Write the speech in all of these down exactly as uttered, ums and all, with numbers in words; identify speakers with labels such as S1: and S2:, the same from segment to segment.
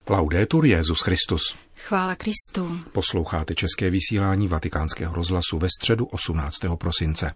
S1: Laudetur Jesus Christus.
S2: Chvála Kristu.
S1: Posloucháte české vysílání Vatikánského rozhlasu ve středu osmnáctého prosince.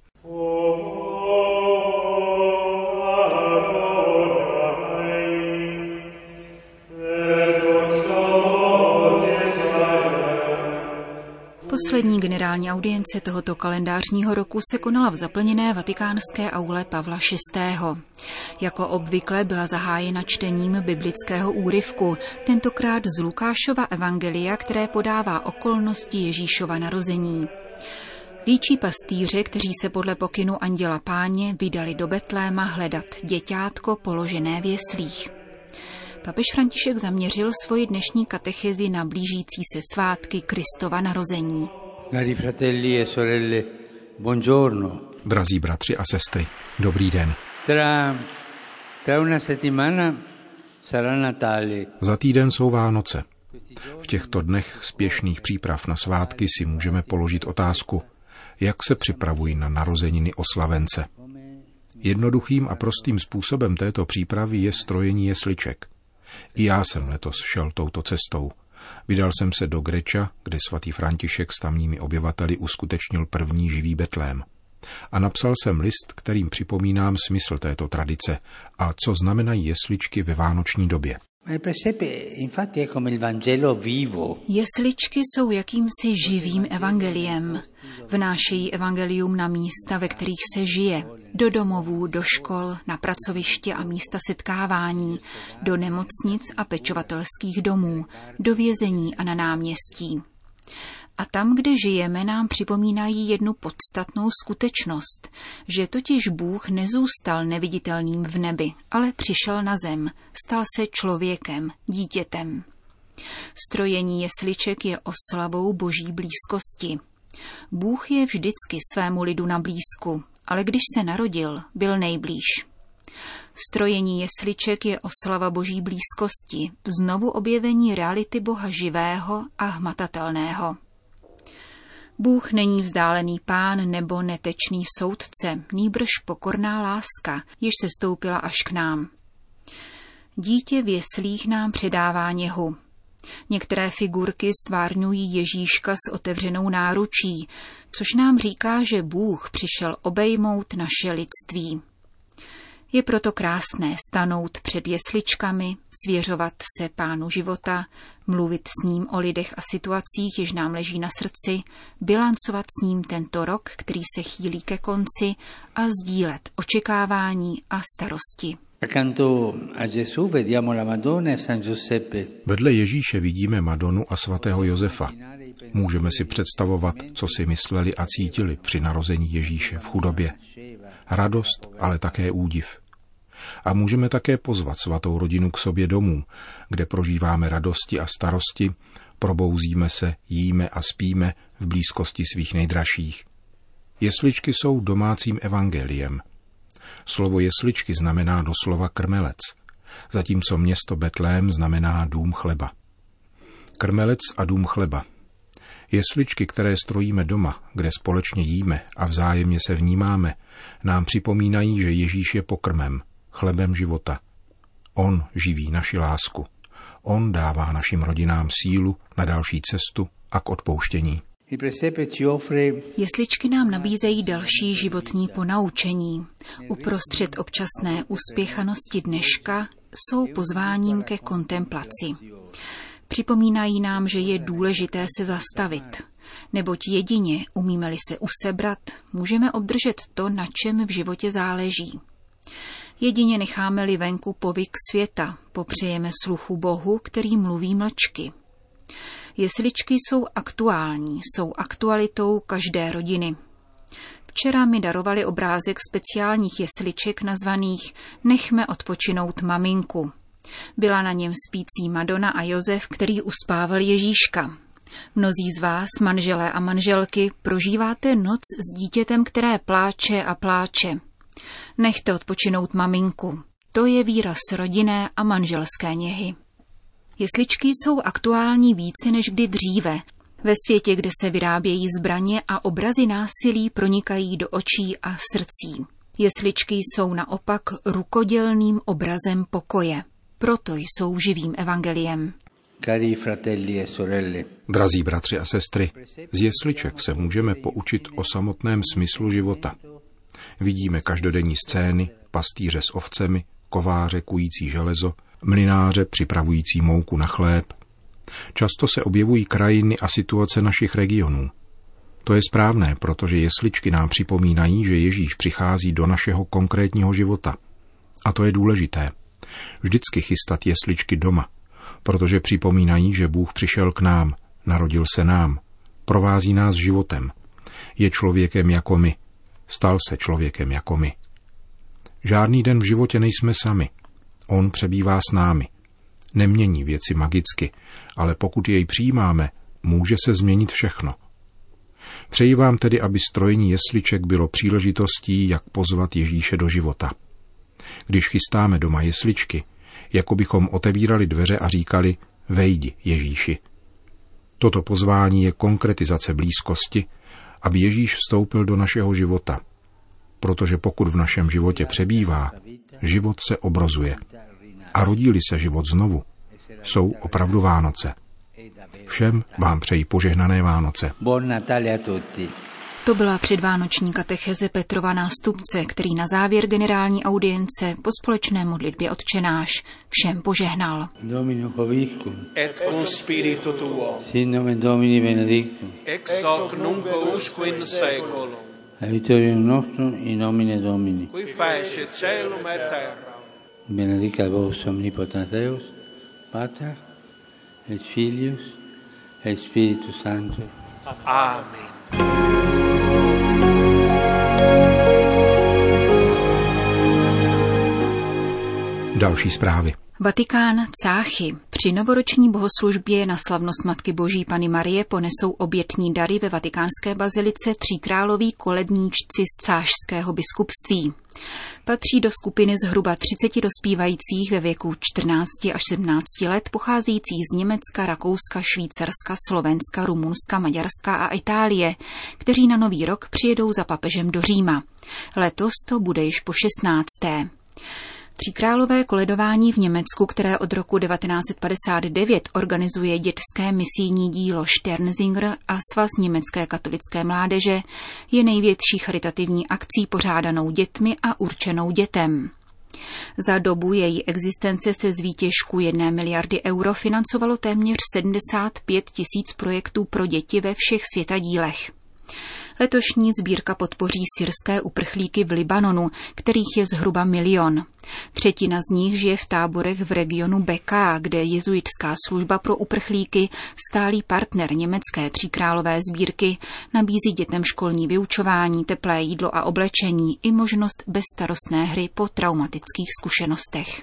S2: Poslední generální audience tohoto kalendářního roku se konala v zaplněné vatikánské aule Pavla šestého. Jako obvykle byla zahájena čtením biblického úryvku, tentokrát z Lukášova evangelia, které podává okolnosti Ježíšova narození. Líčí pastýře, kteří se podle pokynu Anděla Páně vydali do Betléma hledat děťátko položené v jeslích. Papež František zaměřil svoji dnešní katechezi na blížící se svátky Kristova narození.
S3: Cari fratelli e sorelle, buongiorno.
S1: Drazí bratři a sestry, dobrý den.
S3: Tra, tra una settimana sarà Natale.
S1: Za týden jsou Vánoce. V těchto dnech spěšných příprav na svátky si můžeme položit otázku, jak se připravují na narozeniny oslavence. Jednoduchým a prostým způsobem této přípravy je strojení jesliček. I já jsem letos šel touto cestou. Vydal jsem se do Greča, kde svatý František s tamními obyvateli uskutečnil první živý Betlém. A napsal jsem list, kterým připomínám smysl této tradice a co znamenají jesličky ve vánoční době.
S2: Jesličky jsou jakýmsi živým evangeliem. Vnášejí evangelium na místa, ve kterých se žije. Do domovů, do škol, na pracoviště a místa setkávání, do nemocnic a pečovatelských domů, do vězení a na náměstí. A tam, kde žijeme, nám připomínají jednu podstatnou skutečnost, že totiž Bůh nezůstal neviditelným v nebi, ale přišel na zem, stal se člověkem, dítětem. Strojení jesliček je oslavou Boží blízkosti. Bůh je vždycky svému lidu na blízku, ale když se narodil, byl nejblíž. Strojení jesliček je oslava Boží blízkosti, znovu objevení reality Boha živého a hmatatelného. Bůh není vzdálený pán nebo netečný soudce, nýbrž pokorná láska, jež se stoupila až k nám. Dítě v jeslích nám předává něhu. Některé figurky stvárňují Ježíška s otevřenou náručí, což nám říká, že Bůh přišel obejmout naše lidství. Je proto krásné stanout před jesličkami, svěřovat se Pánu života, mluvit s ním o lidech a situacích, jež nám leží na srdci, bilancovat s ním tento rok, který se chýlí ke konci, a sdílet očekávání a starosti.
S1: Vedle Ježíše vidíme Madonu a svatého Josefa. Můžeme si představovat, co si mysleli a cítili při narození Ježíše v chudobě. Radost, ale také údiv. A můžeme také pozvat svatou rodinu k sobě domů, kde prožíváme radosti a starosti, probouzíme se, jíme a spíme v blízkosti svých nejdražších. Jesličky jsou domácím evangeliem. Slovo jesličky znamená doslova krmelec, zatímco město Betlém znamená dům chleba. Krmelec a dům chleba. Jesličky, které strojíme doma, kde společně jíme a vzájemně se vnímáme, nám připomínají, že Ježíš je pokrmem, chlebem života. On živí naši lásku. On dává našim rodinám sílu na další cestu a k odpouštění.
S2: Jesličky nám nabízejí další životní ponaučení. Uprostřed občasné uspěchanosti dneška jsou pozváním ke kontemplaci. Připomínají nám, že je důležité se zastavit, neboť jedině umíme-li se usebrat, můžeme obdržet to, na čem v životě záleží. Jedině necháme-li venku povyk světa, popřejeme sluchu Bohu, který mluví mlčky. Jesličky jsou aktuální, jsou aktualitou každé rodiny. Včera mi darovali obrázek speciálních jesliček nazvaných Nechme odpočinout maminku. Byla na něm spící Madona a Josef, který uspával Ježíška. Mnozí z vás, manželé a manželky, prožíváte noc s dítětem, které pláče a pláče. Nechte odpočinout maminku. To je výraz rodinné a manželské něhy. Jesličky jsou aktuální více než kdy dříve. Ve světě, kde se vyrábějí zbraně a obrazy násilí pronikají do očí a srdcí. Jesličky jsou naopak rukodělným obrazem pokoje. Proto jsou živým evangeliem.
S3: Cari fratelli e sorelle.
S1: Drazí bratři a sestry, z jesliček se můžeme poučit o samotném smyslu života. Vidíme každodenní scény, pastýře s ovcemi, kováře kující železo, mlynáře připravující mouku na chléb. Často se objevují krajiny a situace našich regionů. To je správné, protože jesličky nám připomínají, že Ježíš přichází do našeho konkrétního života. A to je důležité. Vždycky chystat jesličky doma, protože připomínají, že Bůh přišel k nám, narodil se nám, provází nás životem. Je člověkem jako my, stal se člověkem jako my. Žádný den v životě nejsme sami. On přebývá s námi. Nemění věci magicky, ale pokud jej přijímáme, může se změnit všechno. Přeji vám tedy, aby strojení jesliček bylo příležitostí, jak pozvat Ježíše do života. Když chystáme doma jesličky, jako bychom otevírali dveře a říkali, vejdi, Ježíši. Toto pozvání je konkretizace blízkosti, aby Ježíš vstoupil do našeho života. Protože pokud v našem životě přebývá, život se obrozuje. A rodí-li se život znovu, jsou opravdu Vánoce. Všem vám přeji požehnané Vánoce.
S3: Buon Natale a tutti.
S2: To byla předvánoční katecheze Petrova nástupce, který na závěr generální audience po společné modlitbě Otčenáš všem požehnal.
S3: Domino Hoviscum.
S4: Et cum spiritu tuo.
S3: Sin nomen Domini benedictum.
S4: Ex hoc nunc usque in seculum.
S3: Aiutorium nostrum in nomine Domini.
S4: Qui fece caelum et terra.
S3: Benedicat vos omnipotens Deus, Pater et Filius et Spiritus Sanctus.
S4: Amen.
S1: Další zprávy.
S2: Vatikán Cáchy. Při novoroční bohoslužbě na slavnost Matky Boží Panny Marie ponesou obětní dary ve vatikánské bazilice tříkráloví koledníčci z cášského biskupství. Patří do skupiny zhruba třiceti dospívajících ve věku čtrnácti až sedmnácti let, pocházejících z Německa, Rakouska, Švýcarska, Slovenska, Rumunska, Maďarska a Itálie, kteří na nový rok přijedou za papežem do Říma. Letos to bude již po šestnácté. Tříkrálové koledování v Německu, které od roku devatenáct set padesát devět organizuje dětské misijní dílo Sternsinger a Svaz německé katolické mládeže, je největší charitativní akcí pořádanou dětmi a určenou dětem. Za dobu její existence se z výtěžku jedné miliardy euro financovalo téměř sedmdesát pět tisíc projektů pro děti ve všech světadílech. Letošní sbírka podpoří syrské uprchlíky v Libanonu, kterých je zhruba milion. Třetina z nich žije v táborech v regionu Bekaa, kde jezuitská služba pro uprchlíky, stálý partner německé tříkrálové sbírky, nabízí dětem školní vyučování, teplé jídlo a oblečení i možnost bezstarostné hry po traumatických zkušenostech.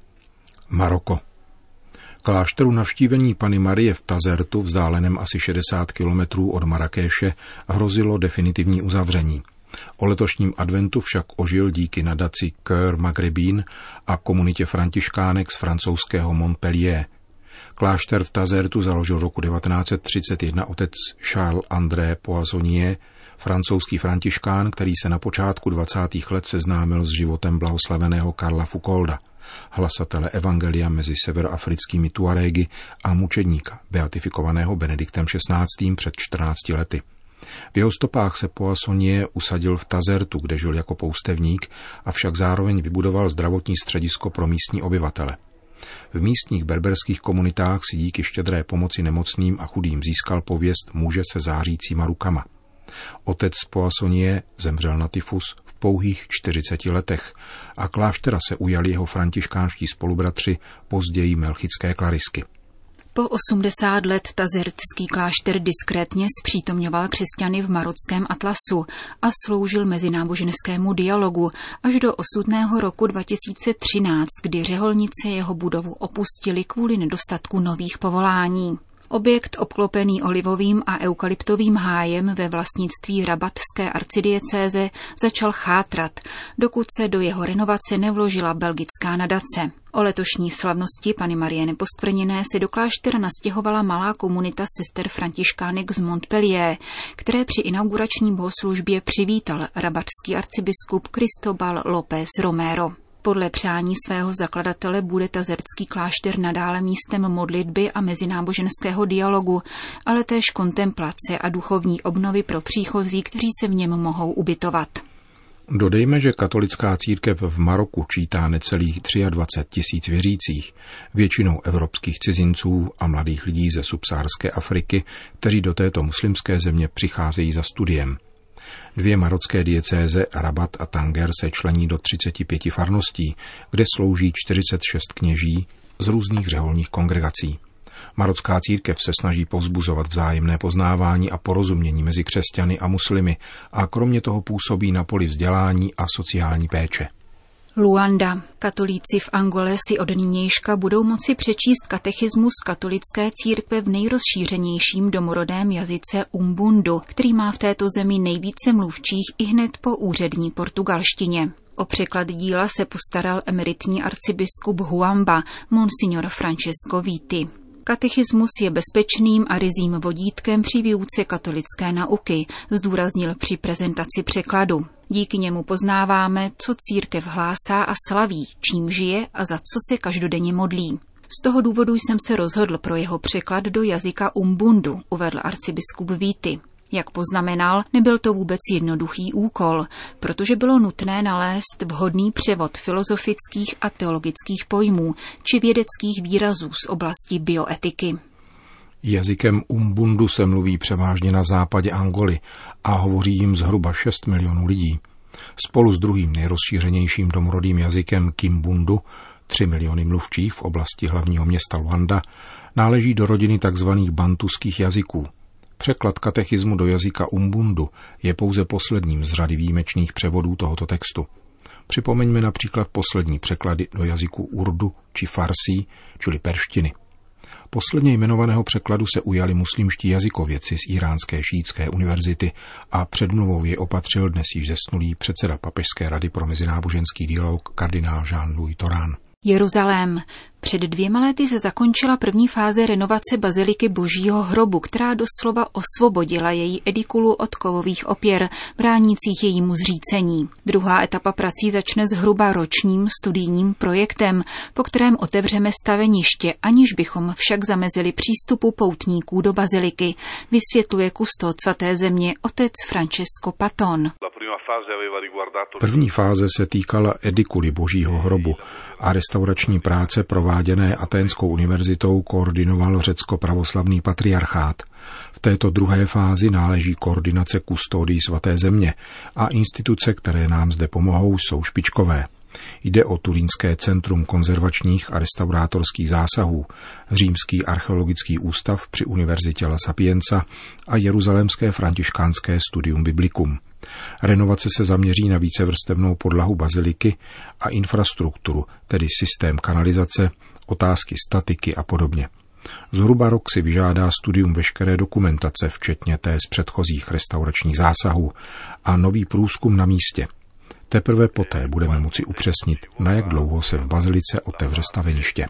S1: Maroko. Klášteru Navštívení Panny Marie v Tazertu, vzdáleném asi šedesát kilometrů od Marrakéše, hrozilo definitivní uzavření. O letošním adventu však ožil díky nadaci Cœur Maghrébin a komunitě františkánek z francouzského Montpellier. Klášter v Tazertu založil roku devatenáct set třicet jedna otec Charles-André Poissonnier, francouzský františkán, který se na počátku dvacátých let seznámil s životem blahoslaveného Karla Foucaulda, hlasatele evangelia mezi severoafrickými Tuarégy a mučedníka, beatifikovaného Benediktem šestnáctým před čtrnácti lety. V jeho stopách se Poissonnier usadil v Tazertu, kde žil jako poustevník, avšak zároveň vybudoval zdravotní středisko pro místní obyvatele. V místních berberských komunitách si díky štědré pomoci nemocným a chudým získal pověst muže se zářícíma rukama. Otec Poissonnier zemřel na tyfus v pouhých čtyřiceti letech a kláštera se ujali jeho františkánští spolubratři, později melchické klarisky.
S2: Po osmdesát let tazertský klášter diskrétně zpřítomňoval křesťany v marockém Atlasu a sloužil mezináboženskému dialogu až do osudného roku dva tisíce třináct, kdy řeholnice jeho budovu opustili kvůli nedostatku nových povolání. Objekt obklopený olivovým a eukalyptovým hájem ve vlastnictví rabatské arcidiecéze začal chátrat, dokud se do jeho renovace nevložila belgická nadace. O letošní slavnosti Panny Marie Neposkvrněné se do kláštera nastěhovala malá komunita sester františkánek z Montpellier, které při inaugurační bohoslužbě přivítal rabatský arcibiskup Cristobal López Romero. Podle přání svého zakladatele bude tazerský klášter nadále místem modlitby a mezináboženského dialogu, ale též kontemplace a duchovní obnovy pro příchozí, kteří se v něm mohou ubytovat.
S1: Dodejme, že katolická církev v Maroku čítá necelých dvacet tři tisíc věřících, většinou evropských cizinců a mladých lidí ze subsaharské Afriky, kteří do této muslimské země přicházejí za studiem. Dvě marocké diecéze, Rabat a Tanger, se člení do třicet pět farností, kde slouží čtyřicet šest kněží z různých řeholních kongregací. Marocká církev se snaží povzbuzovat vzájemné poznávání a porozumění mezi křesťany a muslimy a kromě toho působí na poli vzdělání a sociální péče.
S2: Luanda. Katolíci v Angole si od nynějška budou moci přečíst katechismus katolické církve v nejrozšířenějším domorodém jazyce Umbundu, který má v této zemi nejvíce mluvčích i hned po úřední portugalštině. O překlad díla se postaral emeritní arcibiskup Huamba, monsignor Francesco Viti. Katechismus je bezpečným a ryzím vodítkem při výuce katolické nauky, zdůraznil při prezentaci překladu. Díky němu poznáváme, co církev hlásá a slaví, čím žije a za co se každodenně modlí. Z toho důvodu jsem se rozhodl pro jeho překlad do jazyka Umbundu, uvedl arcibiskup Viti. Jak poznamenal, nebyl to vůbec jednoduchý úkol, protože bylo nutné nalézt vhodný převod filozofických a teologických pojmů či vědeckých výrazů z oblasti bioetiky.
S1: Jazykem Umbundu se mluví převážně na západě Angoly a hovoří jim zhruba šest milionů lidí. Spolu s druhým nejrozšířenějším domorodým jazykem Kimbundu, tři miliony mluvčích v oblasti hlavního města Luanda, náleží do rodiny tzv. Bantuských jazyků. Překlad katechismu do jazyka Umbundu je pouze posledním z řady výjimečných převodů tohoto textu. Připomeňme například poslední překlady do jazyku Urdu či Farsí, čili perštiny. Posledně jmenovaného překladu se ujali muslimští jazykovědci z Iránské šíitské univerzity a předmluvou je opatřil dnes již zesnulý předseda Papežské rady pro mezináboženský dialog kardinál Jean-Louis Torán.
S2: Jeruzalém. Před dvěma lety se zakončila první fáze renovace baziliky Božího hrobu, která doslova osvobodila její edikulu od kovových opěr, bránících jejímu zřícení. Druhá etapa prací začne zhruba ročním studijním projektem, po kterém otevřeme staveniště, aniž bychom však zamezili přístupu poutníků do baziliky, vysvětluje kustod svaté země otec Francesco Paton.
S1: První fáze se týkala edikuly Božího hrobu a restaurační práce prováděné Aténskou univerzitou koordinoval řecko-pravoslavný patriarchát. V této druhé fázi náleží koordinace kustodií svaté země a instituce, které nám zde pomohou, jsou špičkové. Jde o Turínské centrum konzervačních a restaurátorských zásahů, Římský archeologický ústav při univerzitě La Sapienza a Jeruzalémské františkánské studium biblicum. Renovace se zaměří na vícevrstevnou podlahu baziliky a infrastrukturu, tedy systém kanalizace, otázky statiky a podobně. Zhruba rok si vyžádá studium veškeré dokumentace, včetně té z předchozích restauračních zásahů a nový průzkum na místě. Teprve poté budeme moci upřesnit, na jak dlouho se v bazilice otevře staveniště.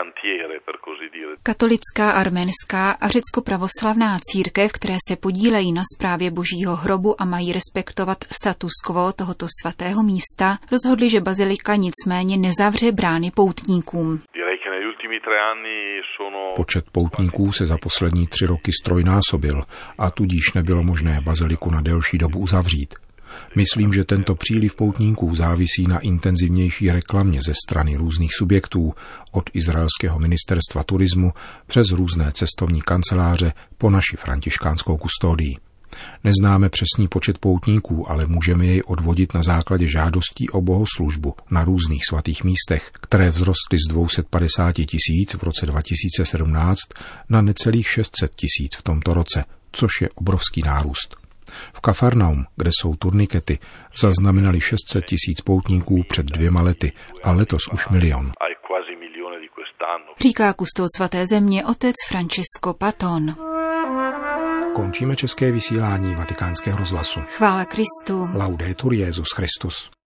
S2: Katolická, arménská a řecko-pravoslavná církev, které se podílejí na správě Božího hrobu a mají respektovat status quo tohoto svatého místa, rozhodli, že bazilika nicméně nezavře brány poutníkům.
S1: Počet poutníků se za poslední tři roky strojnásobil a tudíž nebylo možné baziliku na delší dobu uzavřít. Myslím, že tento příliv poutníků závisí na intenzivnější reklamě ze strany různých subjektů, od izraelského ministerstva turismu přes různé cestovní kanceláře po naši františkánskou kustodii. Neznáme přesný počet poutníků, ale můžeme jej odvodit na základě žádostí o bohoslužbu na různých svatých místech, které vzrostly z dvě stě padesát tisíc v roce dva tisíce sedmnáct na necelých šest set tisíc v tomto roce, což je obrovský nárůst. V Kafarnaum, kde jsou turnikety, zaznamenali šest set tisíc poutníků před dvěma lety a letos už milion.
S2: Říká kustod svaté země otec Francesco Paton.
S1: Končíme české vysílání Vatikánského rozhlasu.
S2: Chvála Kristu.
S1: Laudetur Jesus Christus.